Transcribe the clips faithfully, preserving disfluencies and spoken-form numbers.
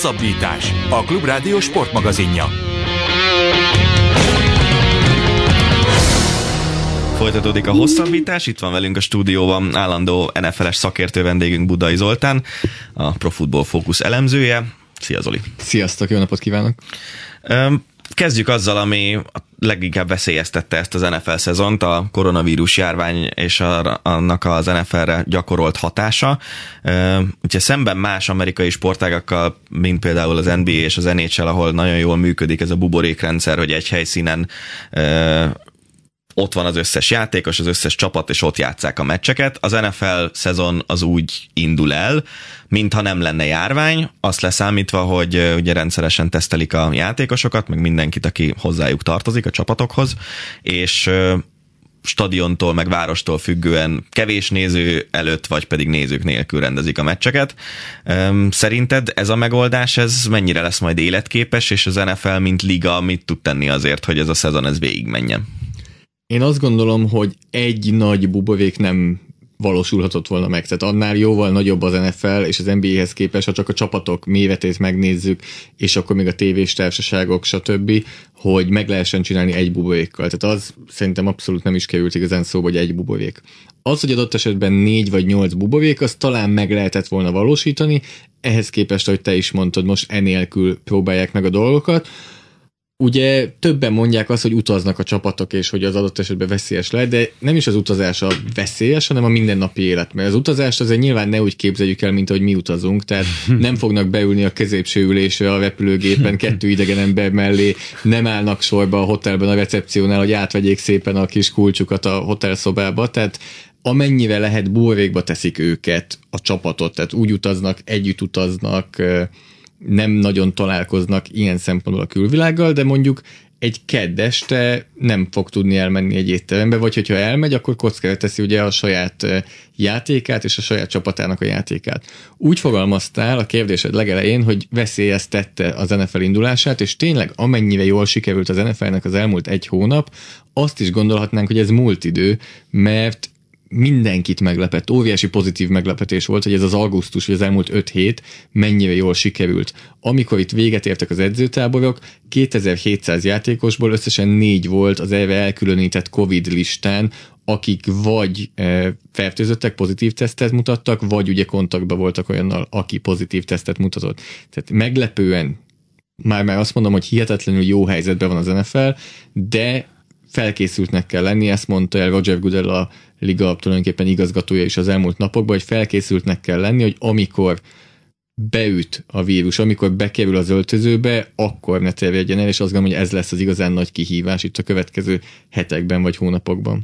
Hosszabbítás, a Klubrádió sportmagazinja. Folytatódik a hosszabbítás, itt van velünk a stúdióban állandó en ef el-es szakértő vendégünk Budai Zoltán, a Pro Football Focus elemzője. Szia Zoli! Sziasztok, jó napot kívánok! Kezdjük azzal, ami leginkább veszélyeztette ezt az en ef el szezont, a koronavírus járvány és a, annak az en ef el-re gyakorolt hatása. Úgyhogy szemben más amerikai sportágakkal, mint például az en bé á és az en há el, ahol nagyon jól működik ez a buborékrendszer, hogy egy helyszínen ott van az összes játékos, az összes csapat, és ott játsszák a meccseket. Az en ef el szezon az úgy indul el, mintha nem lenne járvány, azt leszámítva, hogy ugye rendszeresen tesztelik a játékosokat, meg mindenkit, aki hozzájuk tartozik, a csapatokhoz, és stadiontól, meg várostól függően kevés néző előtt, vagy pedig nézők nélkül rendezik a meccseket. Szerinted ez a megoldás, ez mennyire lesz majd életképes, és az en ef el, mint liga, mit tud tenni azért, hogy ez a szezon ez végigmenjen? Én azt gondolom, hogy egy nagy buborék nem valósulhatott volna meg. Tehát annál jóval nagyobb az en ef el és az en bé á-hez képest, ha csak a csapatok méretét megnézzük, és akkor még a tévés társaságok, stb., hogy meg lehessen csinálni egy buborékkal. Tehát az szerintem abszolút nem is került igazán szóba, hogy egy buborék. Az, hogy adott esetben négy vagy nyolc buborék, azt talán meg lehetett volna valósítani, ehhez képest, ahogy te is mondtad, most enélkül próbálják meg a dolgokat. Ugye többen mondják azt, hogy utaznak a csapatok, és hogy az adott esetben veszélyes lehet, de nem is az utazás a veszélyes, hanem a mindennapi élet. Mert az utazást azért nyilván ne úgy képzeljük el, mint ahogy mi utazunk, tehát nem fognak beülni a középső ülésre a repülőgépen kettő idegen ember mellé, nem állnak sorba a hotelben a recepciónál, hogy átvegyék szépen a kis kulcsukat a hotelszobába, tehát amennyire lehet buborékba teszik őket, a csapatot, tehát úgy utaznak, együtt utaznak, nem nagyon találkoznak ilyen szempontból a külvilággal, de mondjuk egy kedd este nem fog tudni elmenni egy étterembe, vagy hogyha elmegy, akkor kockára teszi ugye a saját játékát és a saját csapatának a játékát. Úgy fogalmaztál a kérdésed legelején, hogy veszélyeztette az en ef el indulását, és tényleg amennyire jól sikerült az en ef el-nek az elmúlt egy hónap, azt is gondolhatnánk, hogy ez múlt idő, mert mindenkit meglepett, óriási pozitív meglepetés volt, hogy ez az augusztus, vagy az elmúlt öt hét mennyire jól sikerült. Amikor itt véget értek az edzőtáborok, kétezer-hétszáz játékosból összesen négy volt az erre elkülönített Covid listán, akik vagy e, fertőzöttek, pozitív tesztet mutattak, vagy ugye kontaktban voltak olyannal, aki pozitív tesztet mutatott. Tehát meglepően, már-már azt mondom, hogy hihetetlenül jó helyzetben van az en ef el, de felkészültnek kell lenni, ezt mondta el Roger Goodell, a liga tulajdonképpen igazgatója is az elmúlt napokban, hogy felkészültnek kell lenni, hogy amikor beüt a vírus, amikor bekerül az öltözőbe, akkor ne terjedjen el, és azt gondolom, hogy ez lesz az igazán nagy kihívás itt a következő hetekben vagy hónapokban.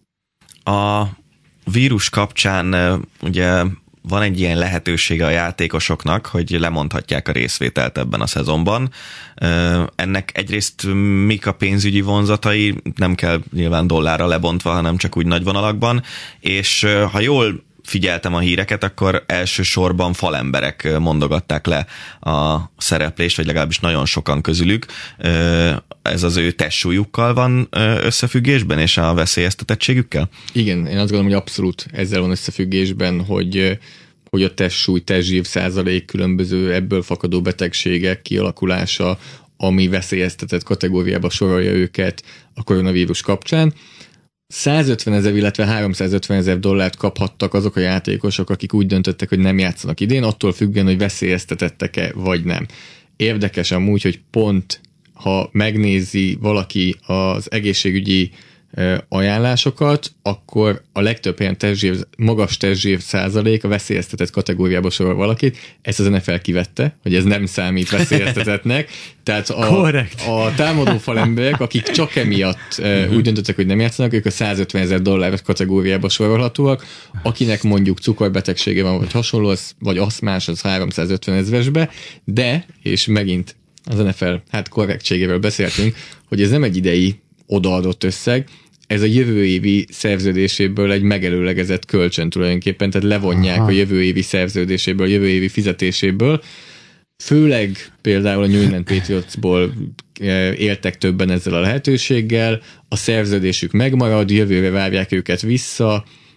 A vírus kapcsán ugye van egy ilyen lehetősége a játékosoknak, hogy lemondhatják a részvételt ebben a szezonban. Ennek egyrészt mik a pénzügyi vonzatai, nem kell nyilván dollárra lebontva, hanem csak úgy nagy vonalakban, és ha jól figyeltem a híreket, akkor elsősorban falemberek mondogatták le a szereplést, vagy legalábbis nagyon sokan közülük. Ez az ő testsúlyukkal van összefüggésben, és a veszélyeztetettségükkel? Igen, én azt gondolom, hogy abszolút ezzel van összefüggésben, hogy, hogy a testsúly, testzsír százalék, különböző ebből fakadó betegségek kialakulása, ami veszélyeztetett kategóriába sorolja őket a koronavírus kapcsán. százötven ezer, illetve háromszázötven ezer dollárt kaphattak azok a játékosok, akik úgy döntöttek, hogy nem játszanak idén, attól függően, hogy veszélyeztetettek-e, vagy nem. Érdekes amúgy, hogy pont ha megnézi valaki az egészségügyi ajánlásokat, akkor a legtöbb ilyen testzsír, magas testzsír százalék a veszélyeztetett kategóriába sorol valakit. Ezt az en ef el kivette, hogy ez nem számít veszélyeztetetnek. Tehát a, a támadó falemberek, akik csak emiatt uh, úgy döntöttek, hogy nem játszanak, ők a százötven ezer dollár kategóriába sorolhatóak. Akinek mondjuk cukorbetegsége van, vagy hasonló, az, vagy aszmás, az háromszázötven ezresbe, de, és megint az en ef el hát korrektségéről beszéltünk, hogy ez nem egy idei odaadott összeg, ez a jövő évi szerződéséből egy megelőlegezett kölcsön tulajdonképpen, tehát levonják Aha. a jövő évi szerződéséből, a jövő évi fizetéséből. Főleg például a New England Patriotsból éltek többen ezzel a lehetőséggel, a szerződésük megmarad, jövőre várják őket vissza,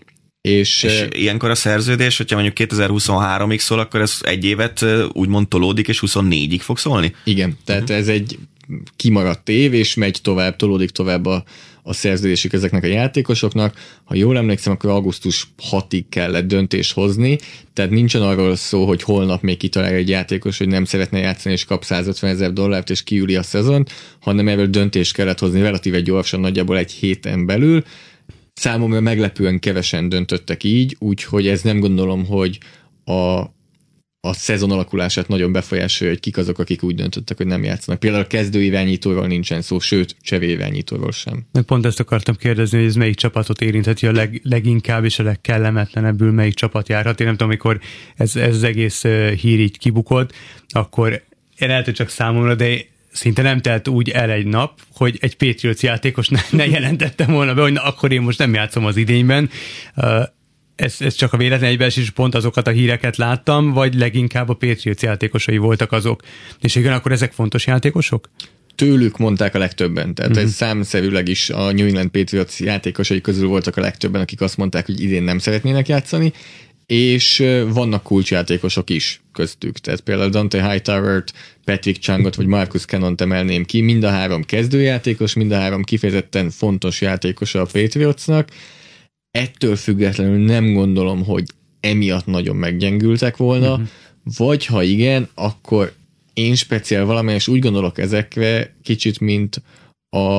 És, és ilyenkor a szerződés, hogyha mondjuk kétezer-huszonháromig szól, akkor ez egy évet úgymond tolódik, és huszonnégyig fog szólni? Igen, tehát uh-huh. ez egy kimaradt év, és megy tovább, tolódik tovább a, a szerződésük ezeknek a játékosoknak. Ha jól emlékszem, akkor augusztus hatodikig kellett döntést hozni, tehát nincsen arról szó, hogy holnap még kitalál egy játékos, hogy nem szeretne játszani, és kap százötven ezer dollárt, és kiüli a szezont, hanem erről döntést kellett hozni relatíve gyorsan, nagyjából egy héten belül. Számomra meglepően kevesen döntöttek így, úgyhogy ez nem gondolom, hogy a a szezon alakulását nagyon befolyásolja, hogy kik azok, akik úgy döntöttek, hogy nem játszanak. Például a kezdőirányítóról nincsen szó, sőt, cseréirányítóról sem. Pont ezt akartam kérdezni, hogy ez melyik csapatot érintheti a leg, leginkább és a legkellemetlenebbül, melyik csapat járhat. Én nem tudom, amikor ez, ez az egész hír így kibukott, akkor lehet, hogy csak számomra, de szinte nem telt úgy el egy nap, hogy egy Patriots játékos ne, ne jelentettem volna be, hogy na, akkor én most nem játszom az idényben. Ez, ez csak a véletlen egybeesés, pont azokat a híreket láttam, vagy leginkább a Patriots játékosai voltak azok. És igen, akkor ezek fontos játékosok? Tőlük mondták a legtöbben, tehát uh-huh. ez számszerűleg is a New England Patriots játékosai közül voltak a legtöbben, akik azt mondták, hogy idén nem szeretnének játszani, és vannak kulcsjátékosok is köztük, tehát például Dante Hightower-t, Patrick Chungot vagy Marcus Cannont emelném ki, mind a három kezdőjátékos, mind a három kifejezetten fontos játékosa a Patriotsnak. Ettől függetlenül nem gondolom, hogy emiatt nagyon meggyengültek volna, uh-huh. vagy ha igen, akkor én speciál valamelyes úgy gondolok ezekre kicsit, mint a,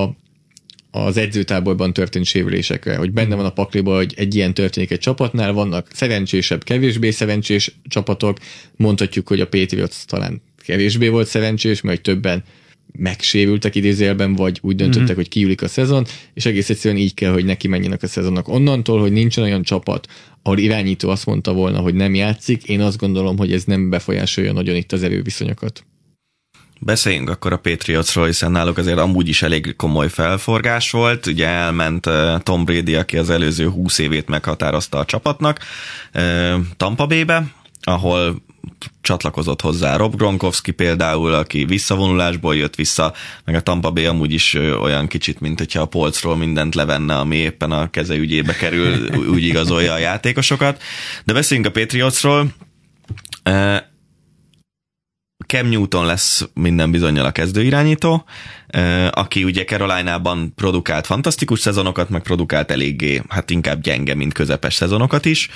az edzőtáborban történt sérülésekre, hogy benne van a pakliba, hogy egy ilyen történik egy csapatnál, vannak szerencsésebb, kevésbé szerencsés csapatok, mondhatjuk, hogy a Patriots talán kevésbé volt szerencsés, mert többen megsérültek idézőjelben, vagy úgy döntöttek, mm-hmm. hogy kiülik a szezon, és egész egyszerűen így kell, hogy neki menjenek a szezonnak. Onnantól, hogy nincsen olyan csapat, ahol irányító azt mondta volna, hogy nem játszik, én azt gondolom, hogy ez nem befolyásolja nagyon itt az erőviszonyokat. Beszéljünk akkor a Patriotsról, hiszen náluk azért amúgy is elég komoly felforgás volt. Ugye elment Tom Brady, aki az előző húsz évét meghatározta a csapatnak, Tampa Baybe, ahol csatlakozott hozzá Rob Gronkowski például, aki visszavonulásból jött vissza, meg a Tampa Bay amúgy is olyan kicsit, mint hogyha a polcról mindent levenne, ami éppen a keze ügyébe kerül, úgy igazolja a játékosokat. De beszéljünk a Patriotsról. Cam Newton lesz minden bizonnyal a kezdőirányító, aki ugye Caroline-ban produkált fantasztikus szezonokat, meg produkált eléggé, hát inkább gyenge, mint közepes szezonokat is.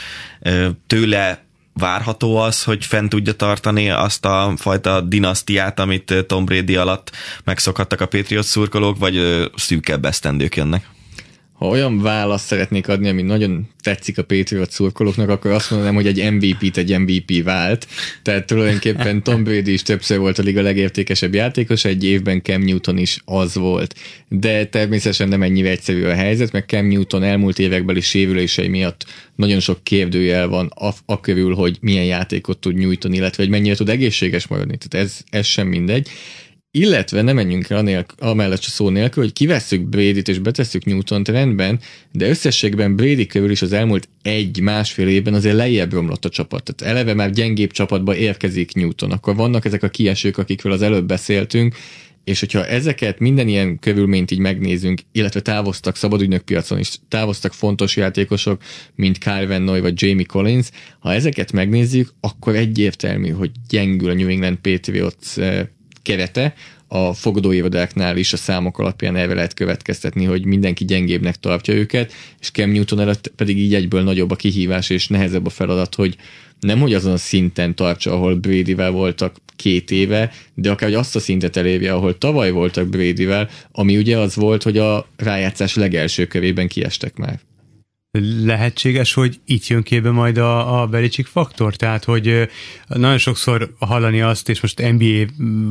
Tőle várható az, hogy fent tudja tartani azt a fajta dinasztiát, amit Tom Brady alatt megszokhattak a Patriots szurkolók, vagy szűkebb esztendők jönnek? Ha olyan választ szeretnék adni, ami nagyon tetszik a Patriots szurkolóknak, akkor azt mondanám, hogy egy em vé pét egy em vé pé vált. Tehát tulajdonképpen Tom Brady is többször volt a liga legértékesebb játékos, egy évben Cam Newton is az volt. De természetesen nem ennyire egyszerű a helyzet, mert Cam Newton elmúlt évekbeli sérülései miatt nagyon sok kérdőjel van a, a körül, hogy milyen játékot tud nyújtani, illetve hogy mennyire tud egészséges maradni. Tehát ez, ez sem mindegy. Illetve nem menjünk el anélkül, amellett szó nélkül, hogy kivesszük Bradyt és betesszük Newtont rendben, de összességben Brady körül is az elmúlt egy-másfél évben azért lejjebb romlott a csapat. Tehát eleve már gyengébb csapatba érkezik Newton. Akkor vannak ezek a kiesők, akikről az előbb beszéltünk, és hogyha ezeket minden ilyen körülményt így megnézünk, illetve távoztak szabadügynök piacon is, távoztak fontos játékosok, mint Kyle Van Noy vagy Jamie Collins, ha ezeket megnézzük, akkor egyértelmű, hogy gyengül a New England Patriots kerete, a fogadóirodáknál is a számok alapján erre lehet következtetni, hogy mindenki gyengébbnek tartja őket, és Cam Newton előtt pedig így egyből nagyobb a kihívás, és nehezebb a feladat, hogy nem hogy azon a szinten tartsa, ahol Bradyvel voltak két éve, de akár hogy azt a szintet elérje, ahol tavaly voltak Bradyvel, ami ugye az volt, hogy a rájátszás legelső körében kiestek már. Lehetséges, hogy itt jön képbe majd a, a Belichick faktor? Tehát, hogy nagyon sokszor hallani azt, és most en bé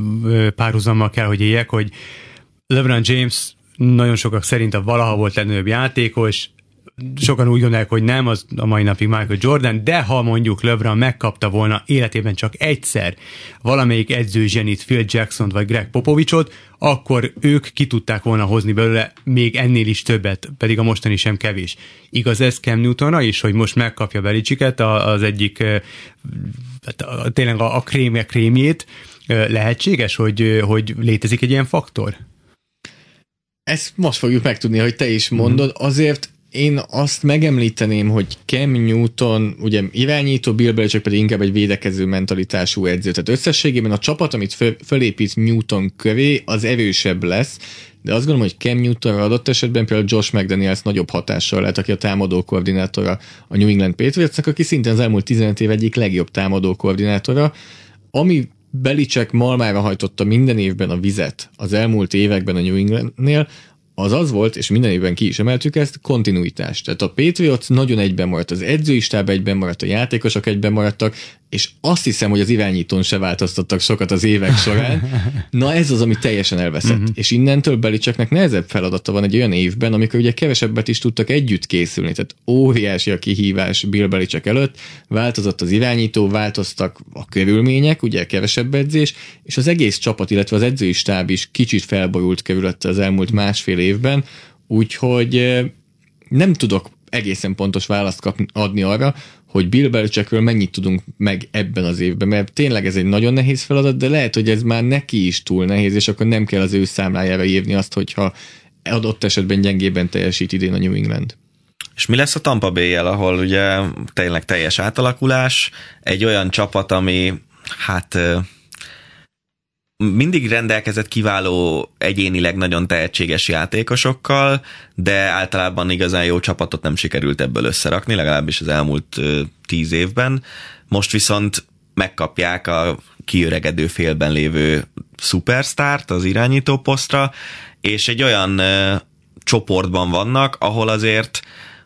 á párhuzammal kell, hogy éljek, hogy LeBron James nagyon sokak szerint a valaha volt legnagyobb játékos, sokan úgy gondolják, hogy nem, az a mai napig Michael Jordan, de ha mondjuk LeBron megkapta volna életében csak egyszer valamelyik edzőzsenit, Phil Jacksont vagy Greg Popovichot, akkor ők ki tudták volna hozni belőle még ennél is többet, pedig a mostani sem kevés. Igaz ez Cam Newtonra is, hogy most megkapja Belichicket, az egyik tényleg a, a krémje krémjét. Lehetséges, hogy, hogy létezik egy ilyen faktor? Ezt most fogjuk megtudni, hogy te is mondod. Azért Én azt megemlíteném, hogy Cam Newton, ugye irányító, Bill Belichick pedig inkább egy védekező mentalitású edző. Tehát összességében a csapat, amit föl, fölépít Newton köré, az erősebb lesz, de azt gondolom, hogy Cam Newtonra adott esetben például Josh McDaniels nagyobb hatással lehet, aki a támadó koordinátora a New England Patriotsnak, aki szintén az elmúlt tizenöt év egyik legjobb támadó koordinátora, ami Belichick malmára hajtotta minden évben a vizet az elmúlt években a New Englandnél, az az volt, és minden évben ki is emeltük ezt, kontinuitás. Tehát a Patriots nagyon egyben maradt, az edzői stáb egyben maradt, a játékosok egyben maradtak, és azt hiszem, hogy az irányítón se változtattak sokat az évek során. Na ez az, ami teljesen elveszett. Uh-huh. És innentől Belichicknek nehezebb feladata van egy olyan évben, amikor ugye kevesebbet is tudtak együtt készülni. Tehát óriási a kihívás Bill Belichick előtt, változott az irányító, változtak a körülmények, ugye kevesebb edzés, és az egész csapat, illetve az edzői stáb is kicsit felborult körülötte az elmúlt másfél évben, úgyhogy nem tudok egészen pontos választ kapni, adni arra, hogy Bill Belichickről mennyit tudunk meg ebben az évben, mert tényleg ez egy nagyon nehéz feladat, de lehet, hogy ez már neki is túl nehéz, és akkor nem kell az ő számlájára írni azt, hogyha adott esetben gyengében teljesít idén a New England. És mi lesz a Tampa Bay-jel, ahol ugye tényleg teljes átalakulás, egy olyan csapat, ami hát mindig rendelkezett kiváló, egyénileg nagyon tehetséges játékosokkal, de általában igazán jó csapatot nem sikerült ebből összerakni, legalábbis az elmúlt ö, tíz évben. Most viszont megkapják a kiöregedő félben lévő szupersztárt az irányító posztra, és egy olyan ö, csoportban vannak, ahol azért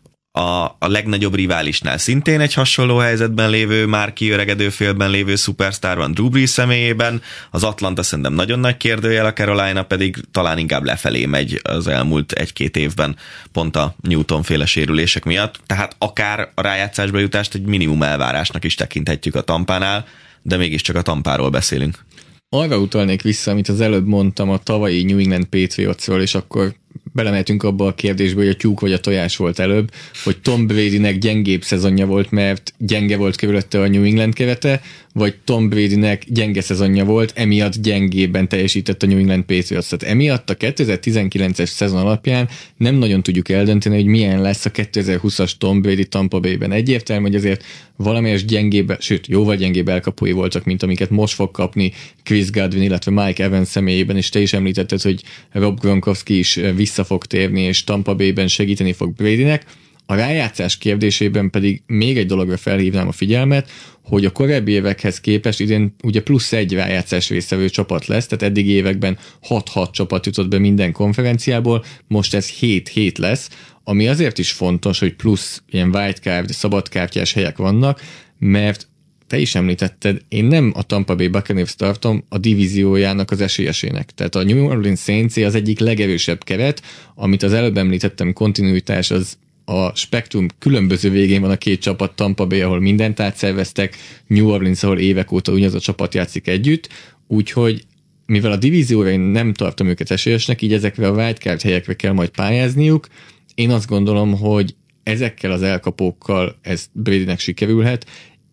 A, a legnagyobb riválisnál szintén egy hasonló helyzetben lévő, már kiöregedő félben lévő szupersztár van Drew Brees személyében, az Atlanta szerintem nagyon nagy kérdőjel, a Carolina pedig talán inkább lefelé megy az elmúlt egy-két évben, pont a Newton-féle sérülések miatt, tehát akár a rájátszásba jutást egy minimum elvárásnak is tekinthetjük a Tampánál, de mégiscsak a Tampáról beszélünk. Arra utalnék vissza, amit az előbb mondtam a tavalyi New England Patriotsról, és akkor belemeltünk abba a kérdésbe, hogy a tyúk vagy a tojás volt előbb, hogy Tom Bradynek gyengébb szezonja volt, mert gyenge volt körülötte a New England kerete, vagy Tom Bradynek gyenge szezonja volt, emiatt gyengében teljesített a New England Patriots. Tehát emiatt a kétezer-tizenkilences szezon alapján nem nagyon tudjuk eldönteni, hogy milyen lesz a kétezer-húszas Tom Brady Tampa Bay-ben. Egyértelmű, hogy azért valamelyes gyengébb, sőt, jóval gyengébb elkapói voltak, mint amiket most fog kapni Chris Godwin, illetve Mike Evans személyében, és te is említetted, hogy Rob Gronkowski is vissza fog térni, és Tampa Bay-ben segíteni fog Bradynek. A rájátszás kérdésében pedig még egy dologra felhívnám a figyelmet, hogy a korábbi évekhez képest idén ugye plusz egy rájátszás résztvevő csapat lesz, tehát eddig években hat-hat csapat jutott be minden konferenciából, most ez hét-hét lesz, ami azért is fontos, hogy plusz ilyen wildcard, szabadkártyás helyek vannak, mert te is említetted, én nem a Tampa Bay Buccaneers tartom a divíziójának az esélyesének. Tehát a New Orleans Saints az egyik legerősebb keret, amit az előbb említettem, kontinuitás, az a spektrum különböző végén van a két csapat, Tampa Bay, ahol mindent átszerveztek, New Orleans, ahol évek óta ugyanaz a csapat játszik együtt, úgyhogy mivel a divízióra én nem tartom őket esélyesnek, így ezekre a wildcard helyekre kell majd pályázniuk, én azt gondolom, hogy ezekkel az elkapókkal ez Bradynek sikerülhet,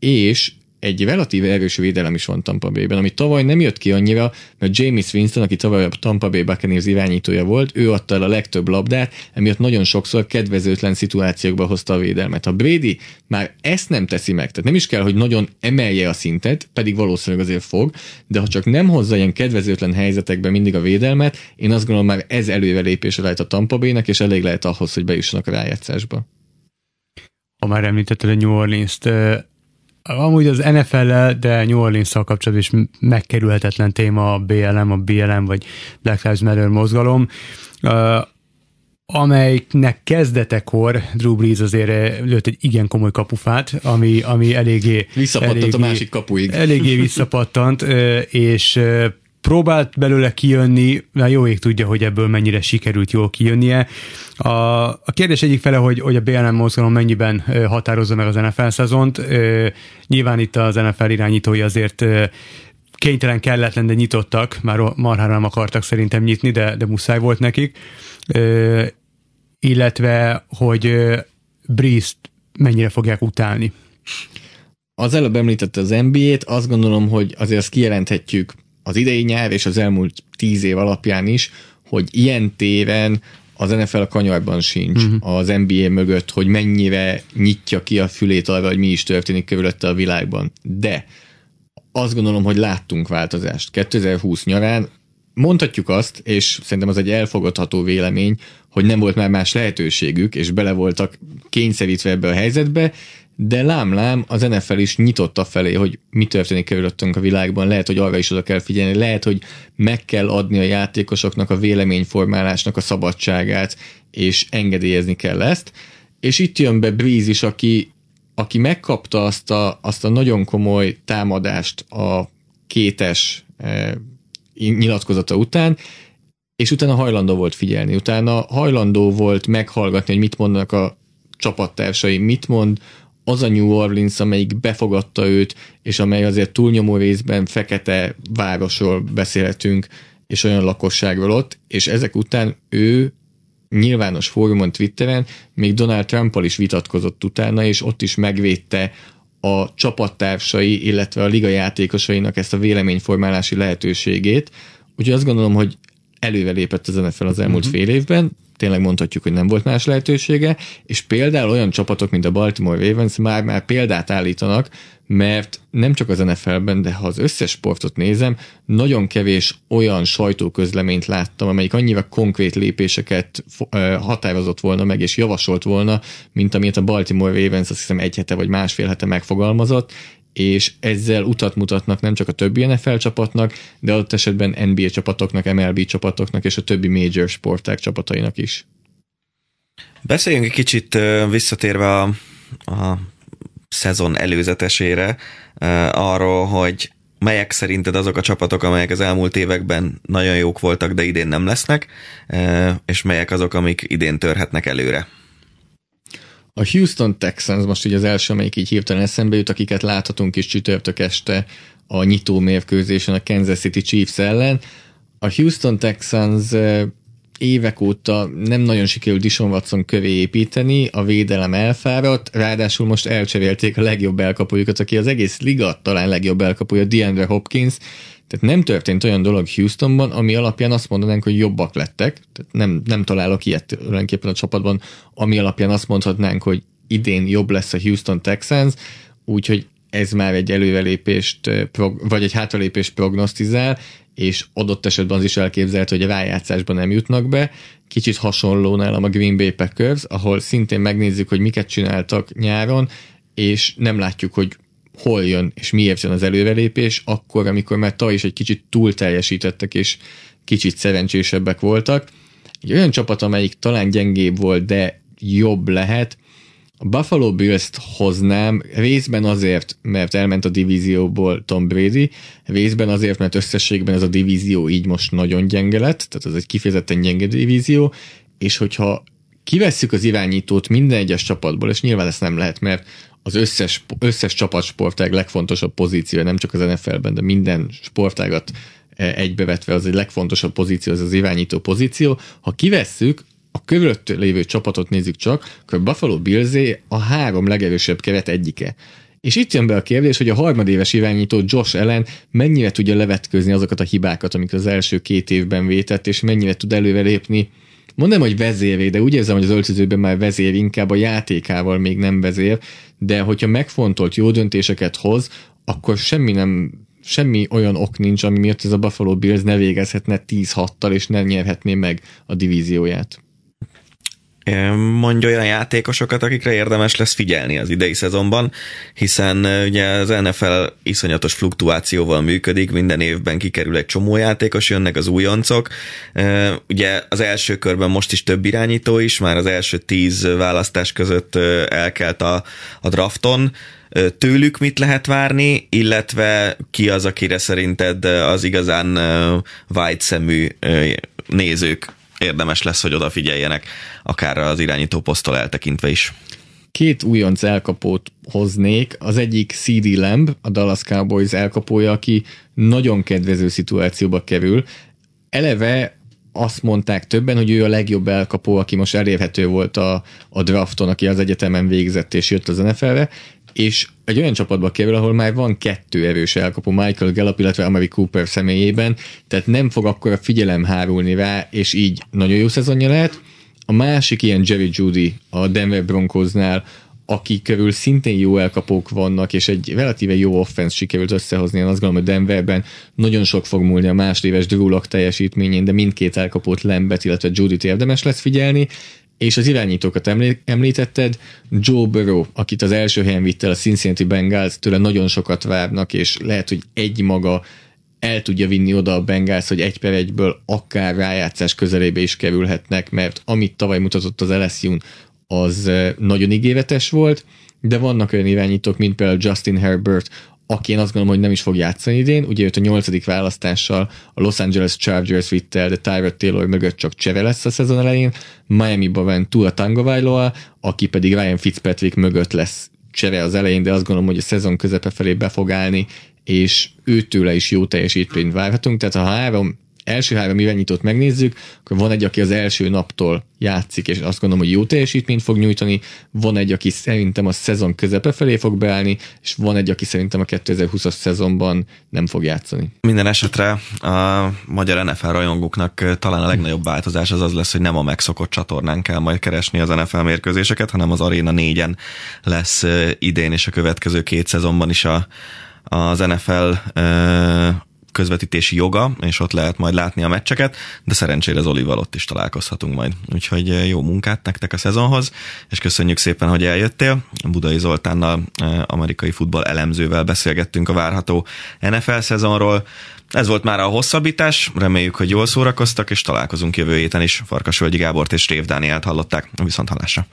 és egy relatíve erős védelem is van Tampa Bay-ben, ami tavaly nem jött ki annyira, mert Jameis Winston, aki tavaly a Tampa Bay Buccaneers irányítója volt, ő adta el a legtöbb labdát, emiatt nagyon sokszor kedvezőtlen szituációkba hozta a védelmet. Ha Brady már ezt nem teszi meg, tehát nem is kell, hogy nagyon emelje a szintet, pedig valószínűleg azért fog, de ha csak nem hozza ilyen kedvezőtlen helyzetekbe mindig a védelmet, én azt gondolom, már ez előrelépésre lehet a Tampa Bay-nek, és elég lehet ahhoz, hogy bejussanak a rájátszásba. Ha már említetted a New Orleans-t, amúgy az en ef el-lel, de New Orleans-szal kapcsolatban is megkerülhetetlen téma a bé el em, a bé el em vagy Black Lives Matter mozgalom, uh, amelynek kezdetekor Drew Brees azért lőtt egy igen komoly kapufát, ami, ami eléggé... Visszapattant eléggé, a másik kapuig. Eléggé visszapattant, uh, és uh, próbált belőle kijönni, de jó ég tudja, hogy ebből mennyire sikerült jól kijönnie. A, a kérdés egyik fele, hogy, hogy a bé el em mozgalom mennyiben ö, határozza meg az en ef el szezont. Ö, nyilván itt az en ef el irányítói azért ö, kénytelen, kelletlen, de nyitottak, már marhára nem akartak szerintem nyitni, de, de muszáj volt nekik. Ö, illetve, hogy ö, Brees-t mennyire fogják utálni. Az előbb említette az en bé á-t, azt gondolom, hogy azért azt kijelenthetjük az idei nyár és az elmúlt tíz év alapján is, hogy ilyen téren az en ef el a kanyarban sincs uh-huh. az en bé á mögött, hogy mennyire nyitja ki a fülét arra, hogy mi is történik körülötte a világban. De azt gondolom, hogy láttunk változást. kétezer-húsz nyarán mondhatjuk azt, és szerintem az egy elfogadható vélemény, hogy nem volt már más lehetőségük, és bele voltak kényszerítve ebbe a helyzetbe, de lám-lám az en ef el is nyitott a felé, hogy mi történik körülöttünk a világban, lehet, hogy arra is oda kell figyelni, lehet, hogy meg kell adni a játékosoknak a véleményformálásnak a szabadságát, és engedélyezni kell ezt, és itt jön be Breeze is, aki, aki megkapta azt a, azt a nagyon komoly támadást a kétes eh, nyilatkozata után, és utána hajlandó volt figyelni, utána hajlandó volt meghallgatni, hogy mit mondanak a csapattársai, mit mond az a New Orleans, amelyik befogadta őt, és amely azért túlnyomó részben fekete városról beszélhetünk, és olyan lakosságról ott, és ezek után ő nyilvános fórumon, Twitteren még Donald Trump-al is vitatkozott utána, és ott is megvédte a csapattársai, illetve a liga játékosainak ezt a véleményformálási lehetőségét. Úgyhogy azt gondolom, hogy előrelépett az en ef el az elmúlt uh-huh. fél évben, tényleg mondhatjuk, hogy nem volt más lehetősége, és például olyan csapatok, mint a Baltimore Ravens már-már példát állítanak, mert nem csak az en ef elben, de ha az összes sportot nézem, nagyon kevés olyan sajtóközleményt láttam, amelyik annyira konkrét lépéseket határozott volna meg, és javasolt volna, mint amilyet a Baltimore Ravens azt hiszem egy hete vagy másfél hete megfogalmazott, és ezzel utat mutatnak nem csak a többi en ef el csapatnak, de adott esetben en bé á csapatoknak, em el bé csapatoknak és a többi major sportág csapatainak is. Beszéljünk egy kicsit visszatérve a, a szezon előzetesére, arról, hogy melyek szerinted azok a csapatok, amelyek az elmúlt években nagyon jók voltak, de idén nem lesznek, és melyek azok, amik idén törhetnek előre. A Houston Texans most így az első, amelyik így hirtelen eszembe jut, akiket láthatunk is csütörtök este a nyitó mérkőzésen a Kansas City Chiefs ellen. A Houston Texans évek óta nem nagyon sikerült Deshaun Watson köré építeni, a védelem elfáradt, ráadásul most elcserélték a legjobb elkapójukat, aki az egész liga talán legjobb elkapója, DeAndre Hopkins, tehát nem történt olyan dolog Houstonban, ami alapján azt mondanánk, hogy jobbak lettek, tehát nem, nem találok ilyet tulajdonképpen a csapatban, ami alapján azt mondhatnánk, hogy idén jobb lesz a Houston Texans, úgyhogy ez már egy előrelépést, vagy egy hátralépést prognosztizál, és adott esetben az is elképzelhető, hogy a rájátszásban nem jutnak be. Kicsit hasonló nálam a Green Bay Packers, ahol szintén megnézzük, hogy miket csináltak nyáron, és nem látjuk, hogy hol jön, és miért jön az előrelépés, akkor, amikor már tavaly is egy kicsit túl teljesítettek, és kicsit szerencsésebbek voltak. Egy olyan csapat, amelyik talán gyengébb volt, de jobb lehet, a Buffalo Bills-t hoznám, részben azért, mert elment a divízióból Tom Brady, részben azért, mert összességben ez a divízió így most nagyon gyenge lett, tehát ez egy kifejezetten gyenge divízió, és hogyha kivesszük az irányítót minden egyes csapatból, és nyilván ezt nem lehet, mert az összes, összes csapatsportág legfontosabb pozíció, nem csak az en ef elben, de minden sportágat egybevetve az egy legfontosabb pozíció, az az irányító pozíció. Ha kivesszük, a körülött lévő csapatot nézzük csak, akkor Buffalo Billsé a három legerősebb keret egyike. És itt jön be a kérdés, hogy a harmadéves irányító Josh Allen mennyire tudja levetközni azokat a hibákat, amiket az első két évben vétett, és mennyire tud előrelépni. Mondom, hogy vezéré, de úgy érzem, hogy az öltözőben már vezér, inkább a játékával még nem vezér, de hogyha megfontolt jó döntéseket hoz, akkor semmi nem semmi olyan ok nincs, ami miatt ez a Buffalo Bills ne végezhetne tíz hattal, és ne nyerhetné meg a divízióját. Mondj olyan játékosokat, akikre érdemes lesz figyelni az idei szezonban, hiszen ugye az en ef el iszonyatos fluktuációval működik, minden évben kikerül egy csomó játékos, jönnek az újoncok. Ugye az első körben most is több irányító is, már az első tíz választás között elkelt a, a drafton. Tőlük mit lehet várni, illetve ki az, akire szerinted az igazán wide szemű nézők érdemes lesz, hogy odafigyeljenek, akár az irányító poszttól eltekintve is. Két újonc elkapót hoznék. Az egyik cé dé Lamb, a Dallas Cowboys elkapója, aki nagyon kedvező szituációba kerül. Eleve azt mondták többen, hogy ő a legjobb elkapó, aki most elérhető volt a, a drafton, aki az egyetemen végzett és jött az en ef elre, és egy olyan csapatba kerül, ahol már van kettő erős elkapó, Michael Gallup, illetve Amari Cooper személyében, tehát nem fog akkor a figyelem hárulni rá, és így nagyon jó szezonja lehet. A másik ilyen Jerry Jeudy a Denver Broncosnál, akik körül szintén jó elkapók vannak, és egy relatíve jó offense sikerült összehozni. Én azt gondolom, hogy Denverben nagyon sok fog múlni a másodéves Drew Lock teljesítményén, de mindkét elkapót, Lambet, illetve Jeudyt érdemes lesz figyelni. És az irányítókat említetted, Joe Burrow, akit az első helyen vitt el a Cincinnati Bengals, tőle nagyon sokat várnak, és lehet, hogy egy maga el tudja vinni oda a Bengals, hogy egy per egyből akár rájátszás közelébe is kerülhetnek, mert amit tavaly mutatott az el es u-n, az nagyon ígéretes volt, de vannak olyan irányítók, mint például Justin Herbert, aki én azt gondolom, hogy nem is fog játszani idén. Ugye őt a nyolcadik választással a Los Angeles Chargers vitt el, de Tyrod Taylor mögött csak csere lesz a szezon elején. Miami-ba van Tua Tagovailoa, aki pedig Ryan Fitzpatrick mögött lesz csere az elején, de azt gondolom, hogy a szezon közepe felé be fog állni, és őtőle is jó teljesítményt várhatunk. Tehát ha három első három irányítót megnézzük, akkor van egy, aki az első naptól játszik, és azt gondolom, hogy jó teljesítményt fog nyújtani, van egy, aki szerintem a szezon közepe felé fog beállni, és van egy, aki szerintem a kétezer-húszas szezonban nem fog játszani. Minden esetre a magyar en ef el rajongóknak talán a legnagyobb változás az az lesz, hogy nem a megszokott csatornán kell majd keresni az en ef el mérkőzéseket, hanem az Arena négyen lesz idén és a következő két szezonban is a, az en ef el közvetítési joga, és ott lehet majd látni a meccseket, de szerencsére az Olival ott is találkozhatunk majd. Úgyhogy jó munkát nektek a szezonhoz, és köszönjük szépen, hogy eljöttél. Budai Zoltánnal, amerikai futball elemzővel beszélgettünk a várható en ef el szezonról. Ez volt már a hosszabbítás, reméljük, hogy jól szórakoztak, és találkozunk jövő héten is. Farkasvölgyi Gábort és Rév Dánielt hallották. Viszonthallásra.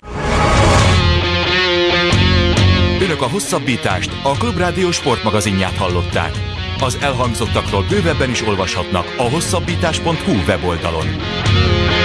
Önök a hosszabbítást, a Klubrádió sportmagazinját hallották. Az elhangzottakról bővebben is olvashatnak a hosszabbítás pont hu weboldalon.